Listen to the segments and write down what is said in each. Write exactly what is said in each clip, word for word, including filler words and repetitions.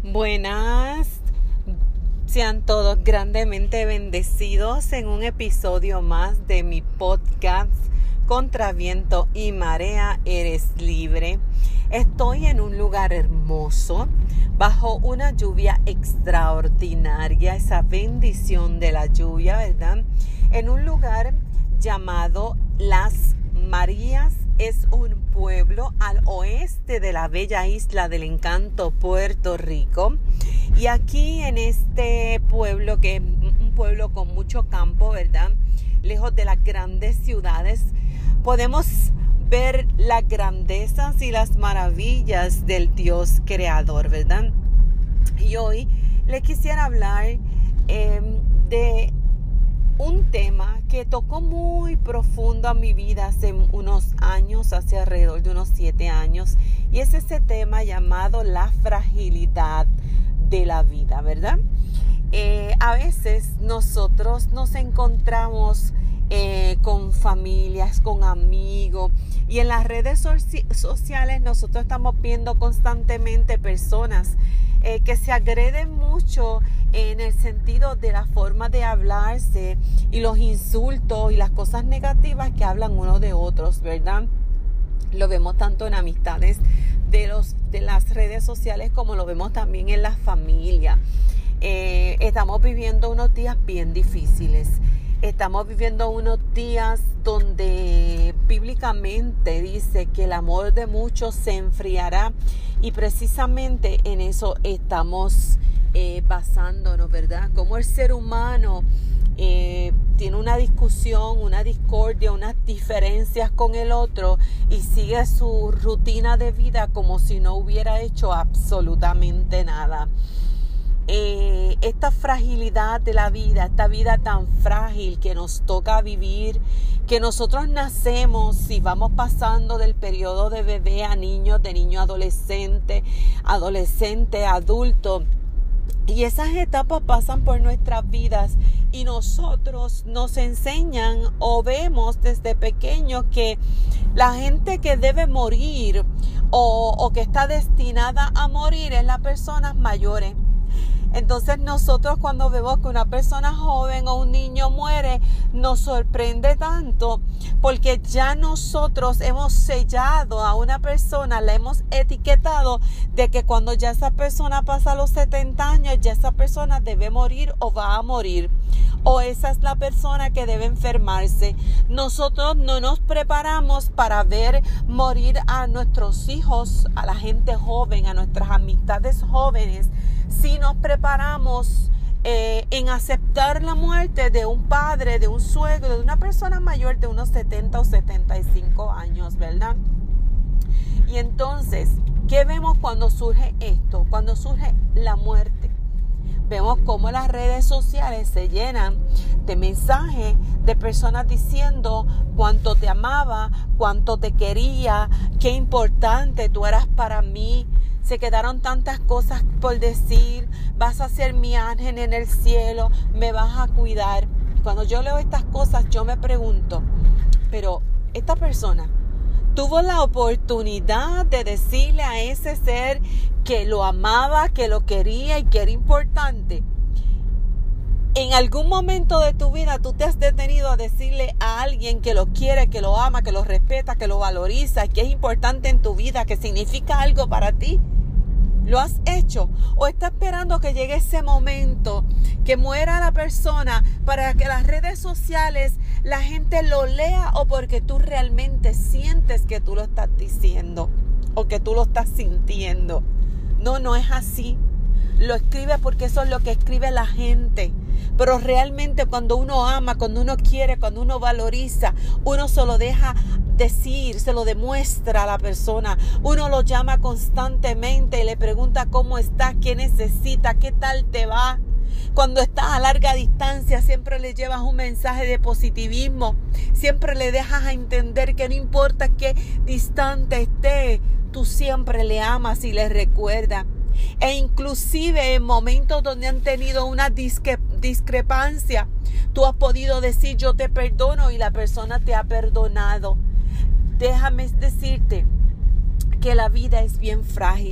Buenas, sean todos grandemente bendecidos en un episodio más de mi podcast Contra Viento y Marea Eres Libre. Estoy en un lugar hermoso, bajo una lluvia extraordinaria, esa bendición de la lluvia, ¿verdad? En un lugar llamado Las Marías. Es un pueblo al oeste de la bella isla del encanto Puerto Rico. Y aquí en este pueblo, que es un pueblo con mucho campo, ¿verdad? Lejos de las grandes ciudades, podemos ver las grandezas y las maravillas del Dios creador, ¿verdad? Y hoy le quisiera hablar eh, de un tema que tocó muy profundo a mi vida hace unos años, hace alrededor de unos siete años, y es ese tema llamado la fragilidad de la vida, ¿verdad? Eh, a veces nosotros nos encontramos eh, con familias, con amigos, y en las redes so- sociales nosotros estamos viendo constantemente personas eh, que se agreden mucho en el sentido de la forma de hablarse y los insultos y las cosas negativas que hablan unos de otros, ¿verdad? Lo vemos tanto en amistades de, los, de las redes sociales como lo vemos también en la familia. Eh, estamos viviendo unos días bien difíciles. Estamos viviendo unos días donde bíblicamente dice que el amor de muchos se enfriará, y precisamente en eso estamos eh, basándonos, ¿verdad? Como el ser humano eh, tiene una discusión, una discordia, unas diferencias con el otro y sigue su rutina de vida como si no hubiera hecho absolutamente nada. Eh, esta fragilidad de la vida, esta vida tan frágil que nos toca vivir, que nosotros nacemos y vamos pasando del periodo de bebé a niño, de niño a adolescente, adolescente a adulto, y esas etapas pasan por nuestras vidas y nosotros nos enseñan o vemos desde pequeños que la gente que debe morir o, o que está destinada a morir es las personas mayores. Entonces nosotros cuando vemos que una persona joven o un niño muere, nos sorprende tanto porque ya nosotros hemos sellado a una persona, la hemos etiquetado de que cuando ya esa persona pasa los setenta años, ya esa persona debe morir o va a morir. O esa es la persona que debe enfermarse. Nosotros no nos preparamos para ver morir a nuestros hijos, a la gente joven, a nuestras amistades jóvenes, si nos preparamos eh, en aceptar la muerte de un padre, de un suegro, de una persona mayor de unos setenta o setenta y cinco años, ¿verdad? Y entonces, ¿qué vemos cuando surge esto? Cuando surge la muerte. Vemos cómo las redes sociales se llenan de mensajes de personas diciendo cuánto te amaba, cuánto te quería, qué importante tú eras para mí. Se quedaron tantas cosas por decir, vas a ser mi ángel en el cielo, me vas a cuidar. Cuando yo leo estas cosas, yo me pregunto, pero esta persona tuvo la oportunidad de decirle a ese ser que lo amaba, que lo quería y que era importante. En algún momento de tu vida tú te has detenido a decirle a alguien que lo quiere, que lo ama, que lo respeta, que lo valoriza, que es importante en tu vida, que significa algo para ti. ¿Lo has hecho? ¿O estás esperando que llegue ese momento, que muera la persona para que las redes sociales la gente lo lea, o porque tú realmente sientes que tú lo estás diciendo o que tú lo estás sintiendo? No, no es así. Lo escribe porque eso es lo que escribe la gente. Pero realmente cuando uno ama, cuando uno quiere, cuando uno valoriza, uno se lo deja decir, se lo demuestra a la persona. Uno lo llama constantemente y le pregunta cómo está, qué necesita, qué tal te va. Cuando estás a larga distancia, siempre le llevas un mensaje de positivismo. Siempre le dejas a entender que no importa qué distante esté, tú siempre le amas y le recuerdas. E inclusive en momentos donde han tenido una disque, discrepancia, tú has podido decir yo te perdono y la persona te ha perdonado. Déjame decirte que la vida es bien frágil,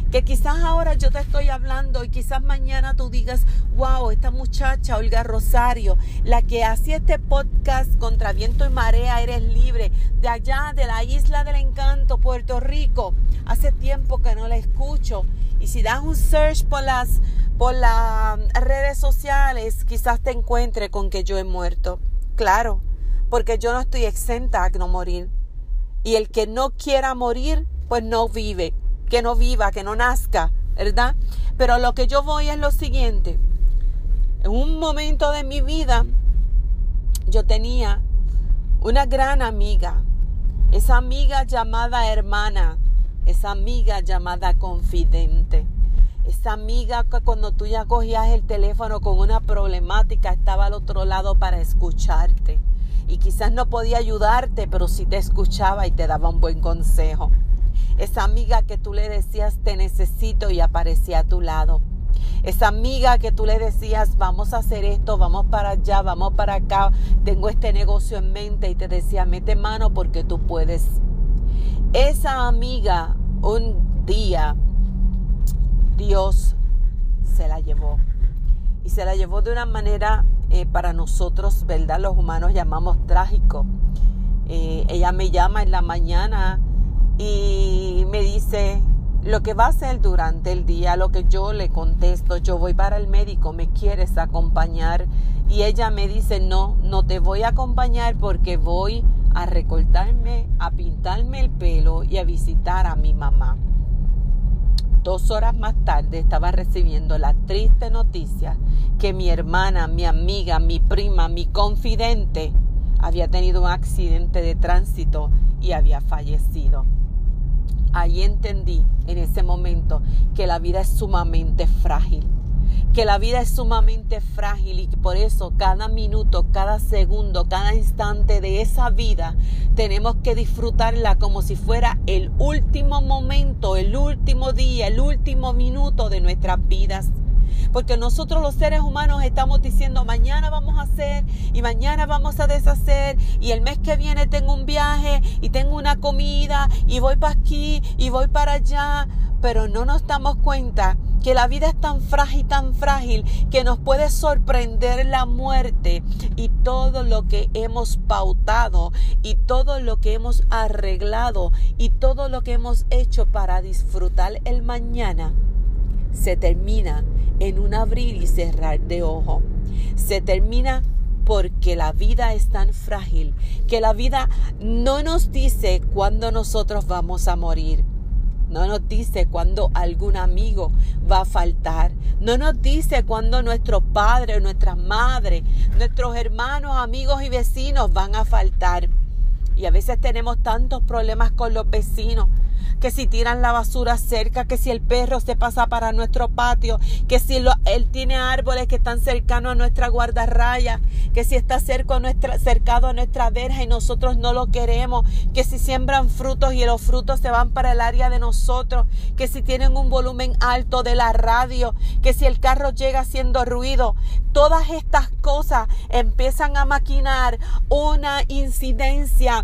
Que quizás ahora yo te estoy hablando y quizás mañana tú digas, wow, esta muchacha Olga Rosario, la que hacía este podcast Contra Viento y Marea, Eres Libre, de allá de la Isla del Encanto, Puerto Rico, hace tiempo que no la escucho. Y si das un search por las, por las redes sociales, quizás te encuentre con que yo he muerto. Claro, porque yo no estoy exenta a no morir. Y el que no quiera morir, pues no vive. Que no viva, que no nazca, ¿verdad? Pero lo que yo voy es lo siguiente. En un momento de mi vida, yo tenía una gran amiga. Esa amiga llamada hermana. Esa amiga llamada confidente. Esa amiga que cuando tú ya cogías el teléfono con una problemática, estaba al otro lado para escucharte. Y quizás no podía ayudarte, pero sí te escuchaba y te daba un buen consejo. Esa amiga que tú le decías, te necesito, y aparecía a tu lado. Esa amiga que tú le decías, vamos a hacer esto, vamos para allá, vamos para acá, tengo este negocio en mente, y te decía, mete mano porque tú puedes. Esa amiga, un día, Dios se la llevó. Y se la llevó de una manera, eh, para nosotros, ¿verdad? Los humanos llamamos trágico. Eh, ella me llama en la mañana y me dice lo que va a hacer durante el día. Lo que yo le contesto, yo voy para el médico, ¿me quieres acompañar? Y ella me dice, no, no te voy a acompañar porque voy a recortarme, a pintarme el pelo y a visitar a mi mamá. Dos horas más tarde estaba recibiendo la triste noticia que mi hermana, mi amiga, mi prima, mi confidente había tenido un accidente de tránsito y había fallecido. Ahí entendí en ese momento que la vida es sumamente frágil, que la vida es sumamente frágil y que por eso cada minuto, cada segundo, cada instante de esa vida tenemos que disfrutarla como si fuera el último momento, el último día, el último minuto de nuestras vidas. Porque nosotros los seres humanos estamos diciendo mañana vamos a hacer y mañana vamos a deshacer y el mes que viene tengo un viaje y tengo una comida y voy para aquí y voy para allá, pero no nos damos cuenta que la vida es tan frágil, tan frágil que nos puede sorprender la muerte, y todo lo que hemos pautado y todo lo que hemos arreglado y todo lo que hemos hecho para disfrutar el mañana se termina en un abrir y cerrar de ojo. Se termina porque la vida es tan frágil que la vida no nos dice cuándo nosotros vamos a morir. No nos dice cuándo algún amigo va a faltar. No nos dice cuándo nuestros padres, nuestras madres, nuestros hermanos, amigos y vecinos van a faltar. Y a veces tenemos tantos problemas con los vecinos, que si tiran la basura cerca, que si el perro se pasa para nuestro patio, que si lo, él tiene árboles que están cercanos a nuestra guardarraya, que si está cerca a nuestra, cercado a nuestra verja y nosotros no lo queremos, que si siembran frutos y los frutos se van para el área de nosotros, que si tienen un volumen alto de la radio, que si el carro llega haciendo ruido. Todas estas cosas empiezan a maquinar una incidencia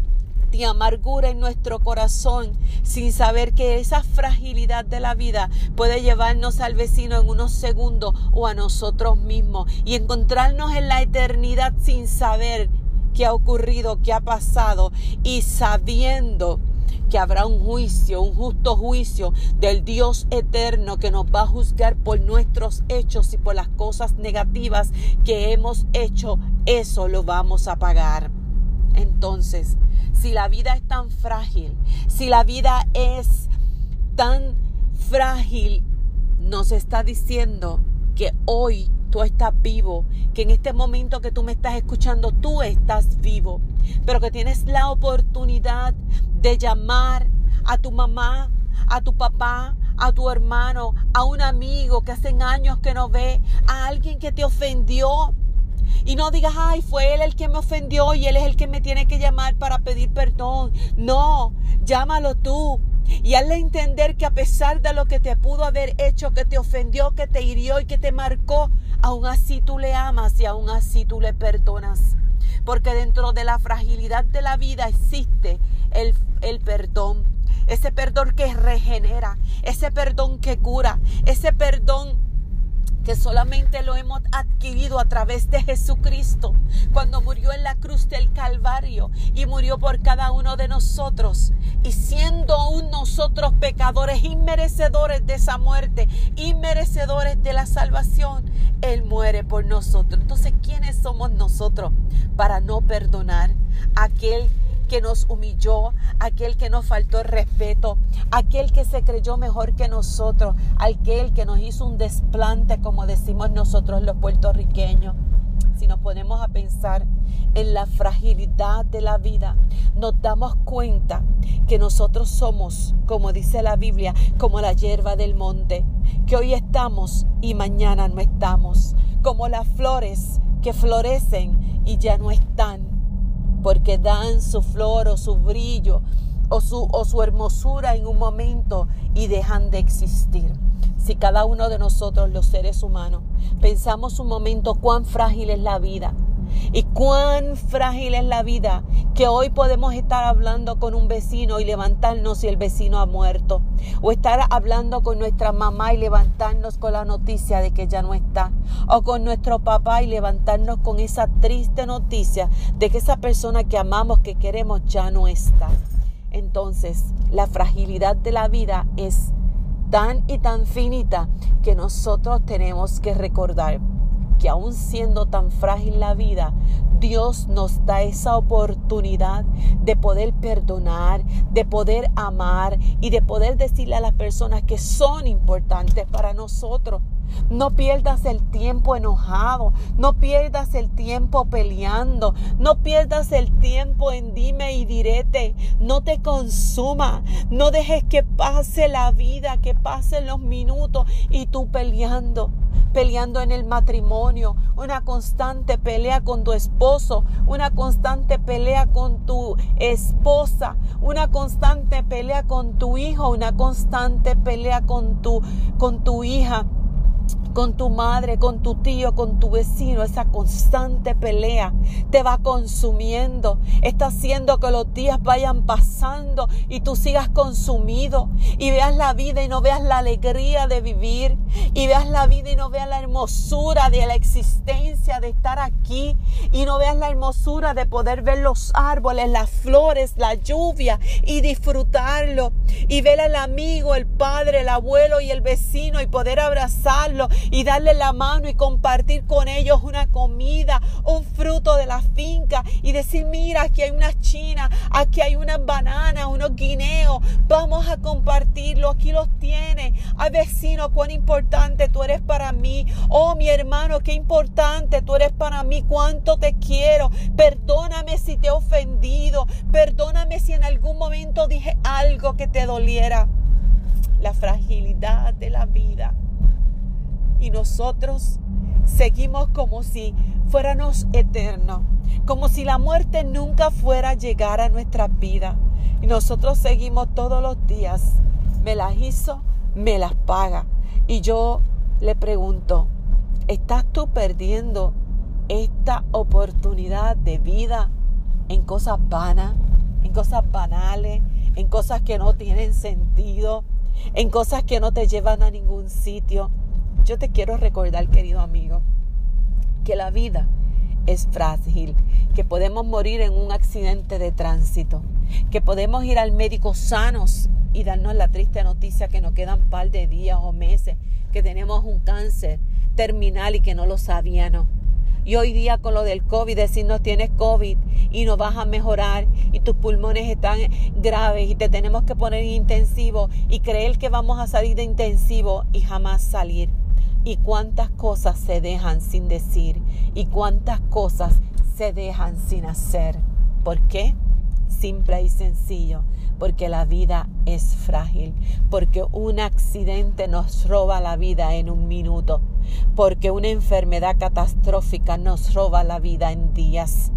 de amargura en nuestro corazón, sin saber que esa fragilidad de la vida puede llevarnos al vecino en unos segundos o a nosotros mismos y encontrarnos en la eternidad sin saber qué ha ocurrido, qué ha pasado, y sabiendo que habrá un juicio, un justo juicio del Dios eterno que nos va a juzgar por nuestros hechos y por las cosas negativas que hemos hecho. Eso lo vamos a pagar. Entonces, si la vida es tan frágil, si la vida es tan frágil, nos está diciendo que hoy tú estás vivo, que en este momento que tú me estás escuchando, tú estás vivo, pero que tienes la oportunidad de llamar a tu mamá, a tu papá, a tu hermano, a un amigo que hace años que no ve, a alguien que te ofendió. Y no digas, ay, fue él el que me ofendió y él es el que me tiene que llamar para pedir perdón. No, llámalo tú y hazle entender que a pesar de lo que te pudo haber hecho, que te ofendió, que te hirió y que te marcó, aún así tú le amas y aún así tú le perdonas. Porque dentro de la fragilidad de la vida existe el, el perdón. ese perdón que regenera, ese perdón que cura, ese perdón que solamente lo hemos adquirido a través de Jesucristo, cuando murió en la cruz del Calvario y murió por cada uno de nosotros. Y siendo aún nosotros pecadores, inmerecedores de esa muerte, inmerecedores de la salvación, Él muere por nosotros. Entonces, ¿quiénes somos nosotros para no perdonar a aquel que nos humilló, aquel que nos faltó el respeto, aquel que se creyó mejor que nosotros, aquel que nos hizo un desplante, como decimos nosotros los puertorriqueños? Si nos ponemos a pensar en la fragilidad de la vida, nos damos cuenta que nosotros somos, como dice la Biblia, como la hierba del monte, que hoy estamos y mañana no estamos, como las flores que florecen y ya no están, porque dan su flor o su brillo o su, o su hermosura en un momento y dejan de existir. Si cada uno de nosotros, los seres humanos, pensamos un momento cuán frágil es la vida y cuán frágil es la vida, que hoy podemos estar hablando con un vecino y levantarnos y el vecino ha muerto, o estar hablando con nuestra mamá y levantarnos con la noticia de que ya no está, o con nuestro papá y levantarnos con esa triste noticia de que esa persona que amamos, que queremos, ya no está. Entonces, la fragilidad de la vida es tan y tan finita que nosotros tenemos que recordar que aún siendo tan frágil la vida, Dios nos da esa oportunidad de poder perdonar, de poder amar y de poder decirle a las personas que son importantes para nosotros. No pierdas el tiempo enojado, no pierdas el tiempo peleando, no pierdas el tiempo en dime y direte, no te consuma, no dejes que pase la vida, que pasen los minutos y tú peleando. Peleando en el matrimonio, una constante pelea con tu esposo, una constante pelea con tu esposa, una constante pelea con tu hijo, una constante pelea con tu, con tu hija, con tu madre, con tu tío, con tu vecino. Esa constante pelea te va consumiendo, está haciendo que los días vayan pasando y tú sigas consumido y veas la vida y no veas la alegría de vivir, y veas la vida y no veas la hermosura de la existencia, de estar aquí, y no veas la hermosura de poder ver los árboles, las flores, la lluvia y disfrutarlo, y ver al amigo, el padre, el abuelo y el vecino y poder abrazarlo y darle la mano y compartir con ellos una comida, un fruto de la finca, y decir: mira, aquí hay unas chinas, aquí hay unas bananas, unos guineos, vamos a compartirlo, aquí los tienes. Ay, vecino, cuán importante tú eres para mí. Oh, mi hermano, qué importante tú eres para mí, cuánto te quiero. Perdóname si te he ofendido, perdóname si en algún momento dije algo que te doliera. La fragilidad de la vida. Y nosotros seguimos como si fuéramos eternos, como si la muerte nunca fuera a llegar a nuestras vidas. Y nosotros seguimos todos los días: me las hizo, me las paga. Y yo le pregunto: ¿estás tú perdiendo esta oportunidad de vida en cosas vanas, en cosas banales, en cosas que no tienen sentido, en cosas que no te llevan a ningún sitio? Yo te quiero recordar, querido amigo, que la vida es frágil, que podemos morir en un accidente de tránsito, que podemos ir al médico sanos y darnos la triste noticia que nos quedan un par de días o meses, que tenemos un cáncer terminal y que no lo sabíamos. Y hoy día con lo del COVID, decirnos: tienes COVID y no vas a mejorar y tus pulmones están graves y te tenemos que poner en intensivo, y creer que vamos a salir de intensivo y jamás salir. Y cuántas cosas se dejan sin decir y cuántas cosas se dejan sin hacer. ¿Por qué? Simple y sencillo, porque la vida es frágil, porque un accidente nos roba la vida en un minuto, porque una enfermedad catastrófica nos roba la vida en días,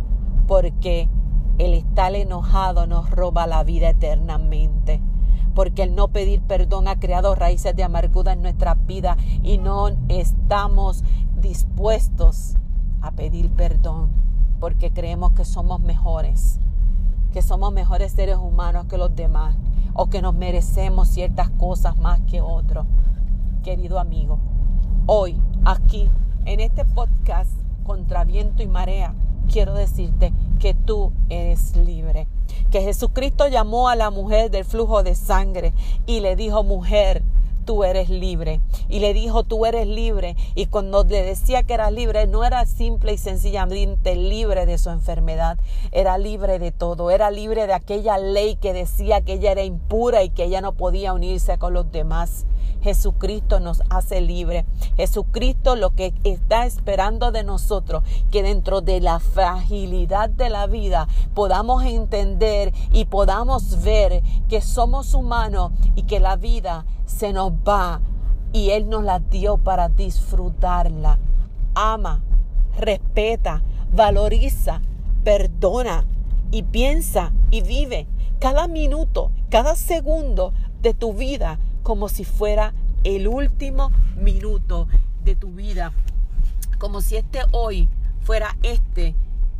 porque el estar enojado nos roba la vida eternamente, porque el no pedir perdón ha creado raíces de amargura en nuestra vida y no estamos dispuestos a pedir perdón, porque creemos que somos mejores, que somos mejores seres humanos que los demás, o que nos merecemos ciertas cosas más que otros. Querido amigo, hoy aquí en este podcast Contra Viento y Marea, quiero decirte que tú eres libre. Que Jesucristo llamó a la mujer del flujo de sangre y le dijo: mujer, tú eres libre. Y le dijo: tú eres libre. Y cuando le decía que era libre, no era simple y sencillamente libre de su enfermedad. Era libre de todo. Era libre de aquella ley que decía que ella era impura y que ella no podía unirse con los demás. Jesucristo nos hace libre. Jesucristo lo que está esperando de nosotros, que dentro de la fragilidad de la vida podamos entender y podamos ver que somos humanos y que la vida se nos va y Él nos la dio para disfrutarla. Ama, respeta, valoriza, perdona y piensa y vive cada minuto, cada segundo de tu vida como si fuera el último minuto de tu vida. Como si este hoy fuera este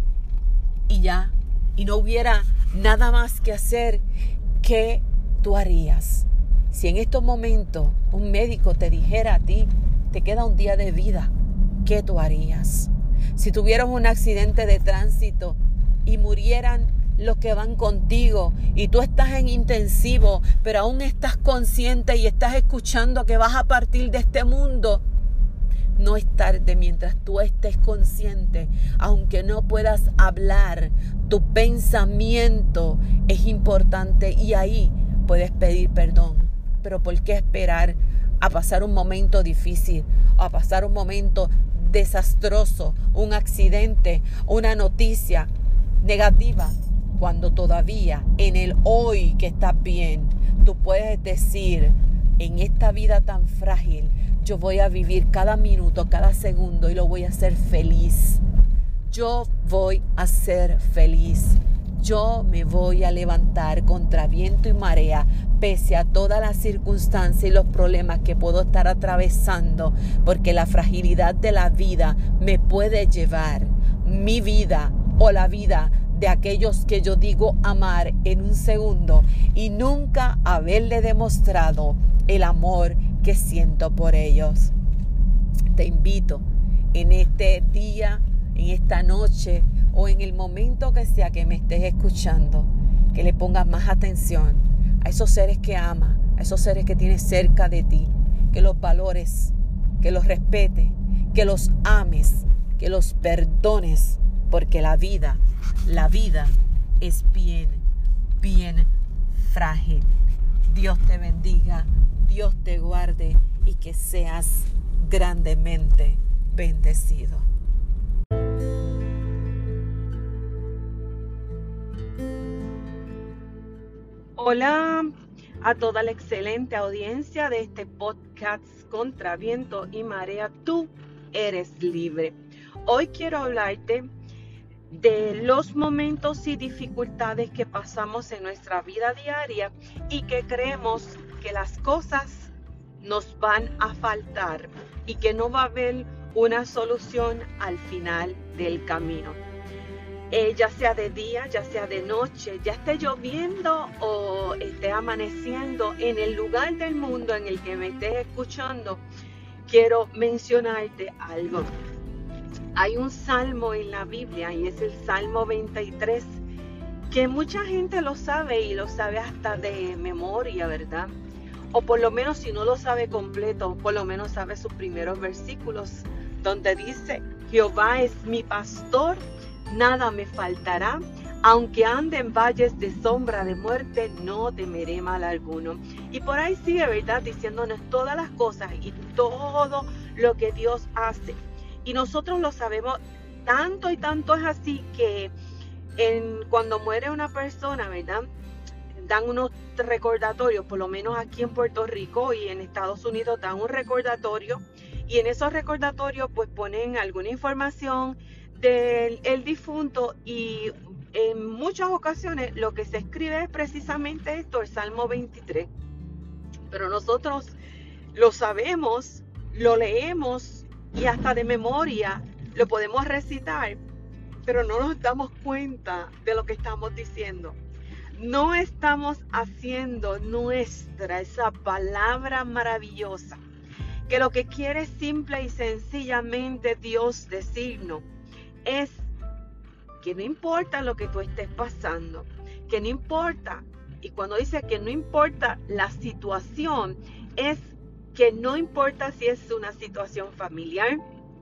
y ya. Y no hubiera nada más que hacer. ¿Qué tú harías? Si en estos momentos un médico te dijera a ti, te queda un día de vida, ¿qué tú harías? Si tuvieras un accidente de tránsito y murieran los que van contigo y tú estás en intensivo, pero aún estás consciente y estás escuchando que vas a partir de este mundo, no es tarde. Mientras tú estés consciente, aunque no puedas hablar, tu pensamiento es importante y ahí puedes pedir perdón. Pero ¿por qué esperar a pasar un momento difícil, a pasar un momento desastroso, un accidente, una noticia negativa, cuando todavía en el hoy que estás bien, tú puedes decir: en esta vida tan frágil, yo voy a vivir cada minuto, cada segundo y lo voy a hacer feliz. Yo voy a ser feliz. Yo me voy a levantar contra viento y marea, pese a todas las circunstancias y los problemas que puedo estar atravesando, porque la fragilidad de la vida me puede llevar mi vida o la vida de aquellos que yo digo amar en un segundo y nunca haberle demostrado el amor que siento por ellos. Te invito en este día, en esta noche o en el momento que sea que me estés escuchando, que le pongas más atención a esos seres que amas, a esos seres que tienes cerca de ti, que los valores, que los respetes, que los ames, que los perdones, porque la vida, la vida es bien, bien frágil. Dios te bendiga, Dios te guarde y que seas grandemente bendecido. Hola a toda la excelente audiencia de este podcast Contra Viento y Marea. Tú eres libre. Hoy quiero hablarte de los momentos y dificultades que pasamos en nuestra vida diaria y que creemos que las cosas nos van a faltar y que no va a haber una solución al final del camino. Eh, ya sea de día, ya sea de noche, ya esté lloviendo o esté amaneciendo, en el lugar del mundo en el que me estés escuchando, quiero mencionarte algo. Hay un salmo en la Biblia y es el Salmo veintitrés, que mucha gente lo sabe y lo sabe hasta de memoria, ¿verdad? O por lo menos si no lo sabe completo, por lo menos sabe sus primeros versículos, donde dice: Jehová es mi pastor, nada me faltará, aunque ande en valles de sombra de muerte, no temeré mal alguno. Y por ahí sigue, ¿verdad?, diciéndonos todas las cosas y todo lo que Dios hace. Y nosotros lo sabemos tanto y tanto es así que en, cuando muere una persona, ¿verdad?, dan unos recordatorios, por lo menos aquí en Puerto Rico y en Estados Unidos dan un recordatorio, y en esos recordatorios pues ponen alguna información del el difunto, y en muchas ocasiones lo que se escribe es precisamente esto, el Salmo veintitrés. Pero nosotros lo sabemos, lo leemos y hasta de memoria lo podemos recitar, pero no nos damos cuenta de lo que estamos diciendo. no estamos haciendo nuestra esa palabra maravillosa, que lo que quiere simple y sencillamente Dios decirnos es que no importa lo que tú estés pasando, que no importa, y cuando dice que no importa la situación, es que no importa si es una situación familiar,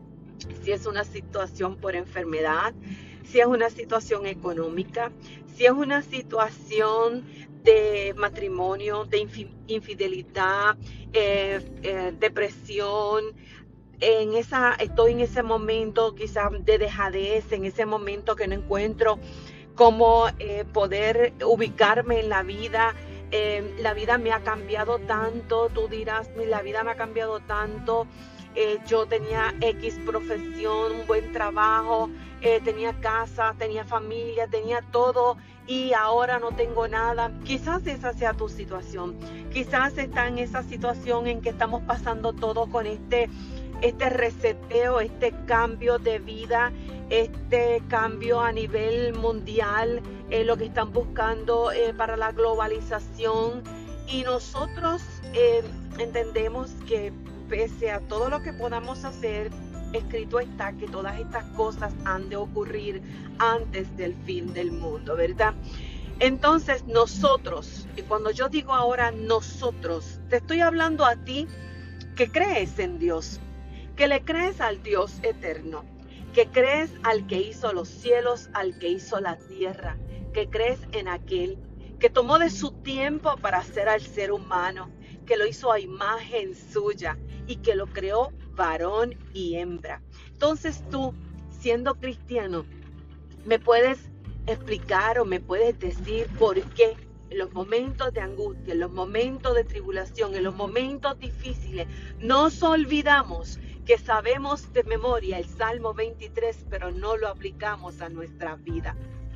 si es una situación por enfermedad, si es una situación económica, si es una situación de matrimonio, de infidelidad, eh, eh, depresión, en esa, estoy en ese momento quizás de dejadez, en ese momento que no encuentro cómo eh, poder ubicarme en la vida. Eh, la vida me ha cambiado tanto, tú dirás, la vida me ha cambiado tanto. Eh, yo tenía X profesión, un buen trabajo, eh, tenía casa, tenía familia, tenía todo y ahora no tengo nada. Quizás esa sea tu situación. Quizás está en esa situación en que estamos pasando todo con este, este reseteo, este cambio de vida, este cambio a nivel mundial, eh, lo que están buscando eh, para la globalización. Y nosotros eh, entendemos que pese a todo lo que podamos hacer, escrito está que todas estas cosas han de ocurrir antes del fin del mundo, ¿verdad? Entonces nosotros, y cuando yo digo ahora nosotros, te estoy hablando a ti que crees en Dios, que le crees al Dios eterno, que crees al que hizo los cielos, al que hizo la tierra, que crees en aquel que tomó de su tiempo para hacer al ser humano, que lo hizo a imagen suya y que lo creó varón y hembra. Entonces tú, siendo cristiano, me puedes explicar o me puedes decir por qué en los momentos de angustia, en los momentos de tribulación, en los momentos difíciles, nos olvidamos que sabemos de memoria el Salmo veintitrés, pero no lo aplicamos a nuestra vida.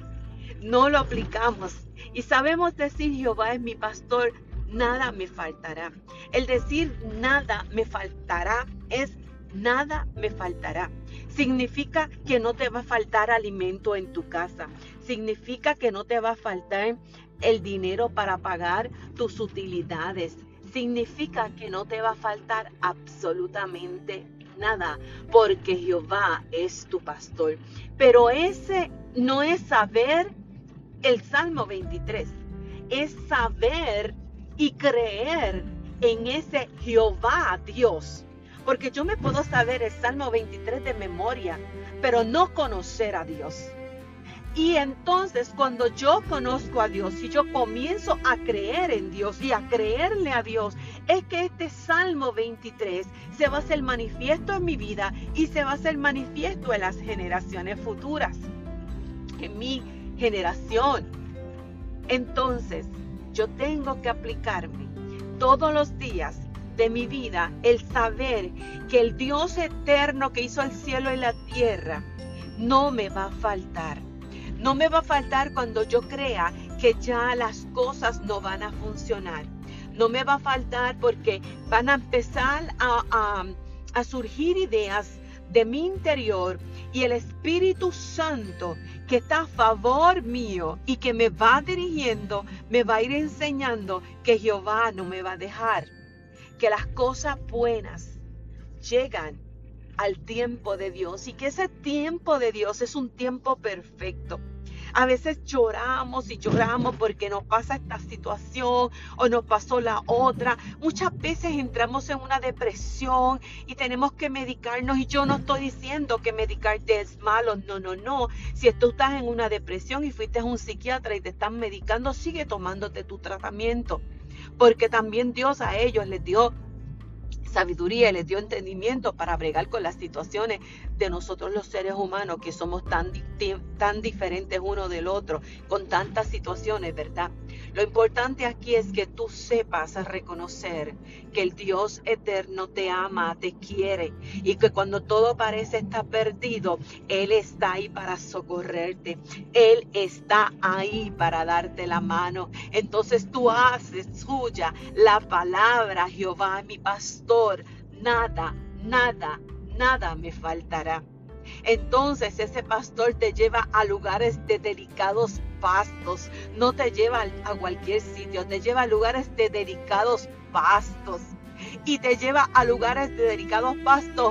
No lo aplicamos y sabemos decir: Jehová es mi pastor, nada me faltará. El decir nada me faltará es nada me faltará. Significa que no te va a faltar alimento en tu casa. Significa que no te va a faltar el dinero para pagar tus utilidades. Significa que no te va a faltar absolutamente nada, porque Jehová es tu pastor. Pero ese no es saber el Salmo veintitrés, es saber y creer en ese Jehová Dios. Porque yo me puedo saber el Salmo veintitrés de memoria, pero no conocer a Dios. Y entonces cuando yo conozco a Dios y yo comienzo a creer en Dios y a creerle a Dios, es que este Salmo veintitrés se va a hacer manifiesto en mi vida y se va a hacer manifiesto en las generaciones futuras, en mi generación. Entonces yo tengo que aplicarme todos los días de mi vida el saber que el Dios eterno que hizo el cielo y la tierra no me va a faltar. No me va a faltar cuando yo crea que ya las cosas no van a funcionar. No me va a faltar porque van a empezar a, a, a surgir ideas de mi interior y el Espíritu Santo que está a favor mío y que me va dirigiendo, me va a ir enseñando que Jehová no me va a dejar, que las cosas buenas llegan al tiempo de Dios y que ese tiempo de Dios es un tiempo perfecto. A veces lloramos y lloramos porque nos pasa esta situación o nos pasó la otra. Muchas veces entramos en una depresión y tenemos que medicarnos. Y yo no estoy diciendo que medicarte es malo. No, no, no. Si tú estás en una depresión y fuiste a un psiquiatra y te están medicando, sigue tomándote tu tratamiento. Porque también Dios a ellos les dio sabiduría y les dio entendimiento para bregar con las situaciones de nosotros los seres humanos, que somos tan, tan diferentes uno del otro, con tantas situaciones, ¿verdad? Lo importante aquí es que tú sepas reconocer que el Dios eterno te ama, te quiere, y que cuando todo parece estar perdido, Él está ahí para socorrerte. Él está ahí para darte la mano. Entonces tú haces suya la palabra: Jehová es mi pastor, nada, nada, nada me faltará. Entonces ese pastor te lleva a lugares de delicados pastos, no te lleva a cualquier sitio, te lleva a lugares de delicados pastos. Y te lleva a lugares de delicados pastos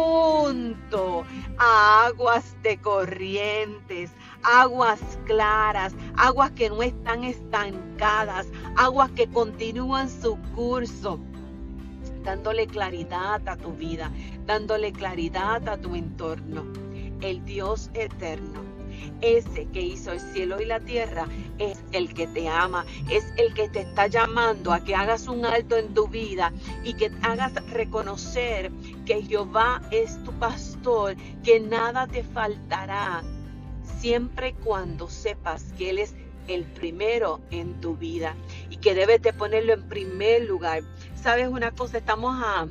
junto a aguas de corrientes, aguas claras, aguas que no están estancadas, aguas que continúan su curso, dándole claridad a tu vida, dándole claridad a tu entorno. El Dios eterno, ese que hizo el cielo y la tierra, es el que te ama, es el que te está llamando a que hagas un alto en tu vida y que hagas reconocer que Jehová es tu pastor, que nada te faltará, siempre y cuando sepas que Él es el primero en tu vida y que debes de ponerlo en primer lugar. ¿Sabes una cosa? Estamos a,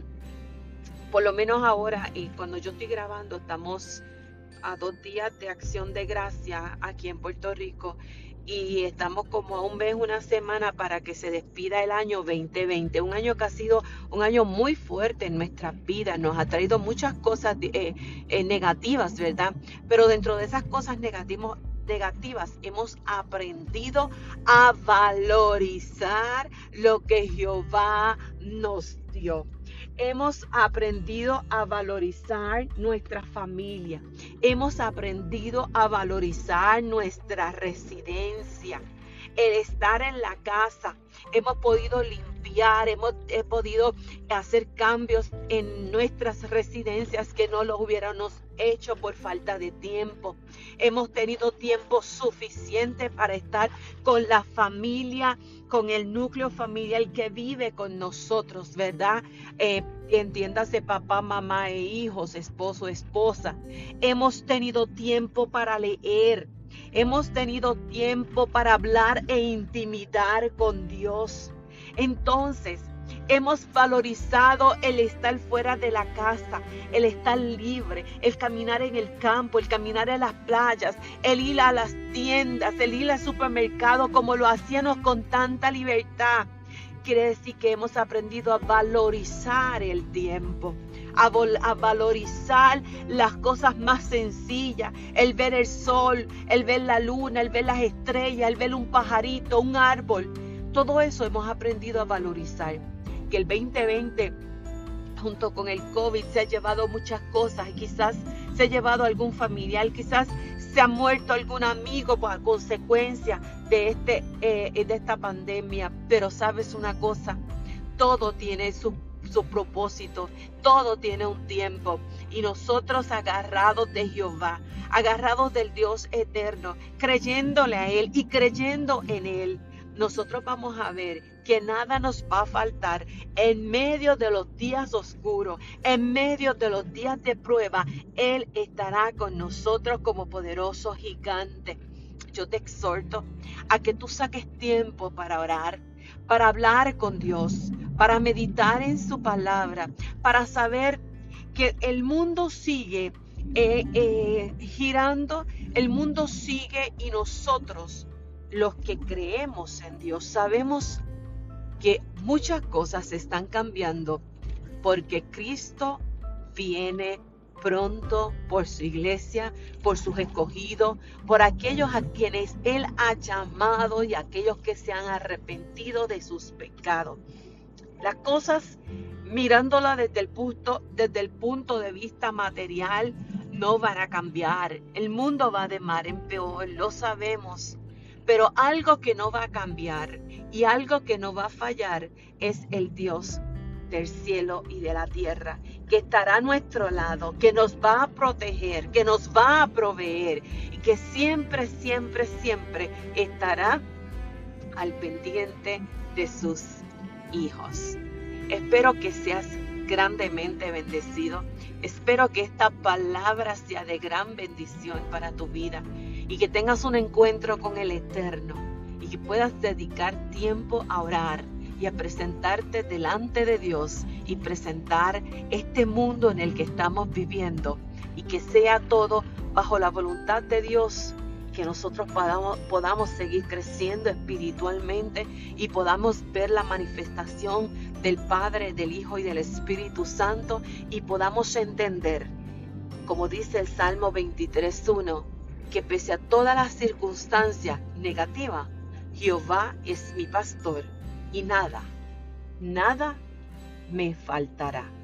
por lo menos ahora, y cuando yo estoy grabando, estamos a dos días de Acción de Gracia aquí en Puerto Rico y estamos como a un mes, una semana para que se despida el año veinte veinte, un año que ha sido un año muy fuerte en nuestras vidas, nos ha traído muchas cosas eh, eh, negativas, ¿verdad? Pero dentro de esas cosas negativas, negativas hemos aprendido a valorizar lo que Jehová nos dio. Hemos aprendido a valorizar nuestra familia. Hemos aprendido a valorizar nuestra residencia. El estar en la casa. Hemos podido limpiar, hemos he podido hacer cambios en nuestras residencias que no los hubiéramos hecho por falta de tiempo. Hemos tenido tiempo suficiente para estar con la familia, con el núcleo familiar que vive con nosotros, ¿verdad? Eh, entiéndase papá, mamá e hijos, esposo, esposa. Hemos tenido tiempo para leer. Hemos tenido tiempo para hablar e intimidar con Dios. Entonces, hemos valorizado el estar fuera de la casa, el estar libre, el caminar en el campo, el caminar en las playas, el ir a las tiendas, el ir al supermercado como lo hacíamos con tanta libertad. Quiere decir que hemos aprendido a valorizar el tiempo, a, vol- a valorizar las cosas más sencillas, el ver el sol, el ver la luna, el ver las estrellas, el ver un pajarito, un árbol. Todo eso hemos aprendido a valorizar. Que el veinte veinte, junto con el COVID, se ha llevado muchas cosas y quizás se ha llevado algún familiar, quizás se ha muerto algún amigo por consecuencia de, este, eh, de esta pandemia. Pero sabes una cosa, todo tiene su, su propósito, todo tiene un tiempo. Y nosotros agarrados de Jehová, agarrados del Dios eterno, creyéndole a Él y creyendo en Él, nosotros vamos a ver que nada nos va a faltar en medio de los días oscuros, en medio de los días de prueba. Él estará con nosotros como poderoso gigante. Yo te exhorto a que tú saques tiempo para orar, para hablar con Dios, para meditar en su palabra, para saber que el mundo sigue eh, eh, girando, el mundo sigue y nosotros, los que creemos en Dios, sabemos que muchas cosas están cambiando porque Cristo viene pronto por su iglesia, por sus escogidos, por aquellos a quienes Él ha llamado y aquellos que se han arrepentido de sus pecados. Las cosas, mirándolas desde el punto, desde el punto de vista material, no van a cambiar. El mundo va de mal en peor, lo sabemos. Pero algo que no va a cambiar y algo que no va a fallar es el Dios del cielo y de la tierra, que estará a nuestro lado, que nos va a proteger, que nos va a proveer y que siempre, siempre, siempre estará al pendiente de sus hijos. Espero que seas grandemente bendecido. Espero que esta palabra sea de gran bendición para tu vida y que tengas un encuentro con el Eterno y que puedas dedicar tiempo a orar y a presentarte delante de Dios y presentar este mundo en el que estamos viviendo y que sea todo bajo la voluntad de Dios, que nosotros podamos, podamos seguir creciendo espiritualmente y podamos ver la manifestación del Padre, del Hijo y del Espíritu Santo y podamos entender, como dice el Salmo veintitrés uno, que pese a todas las circunstancias negativas, Jehová es mi pastor y nada, nada me faltará.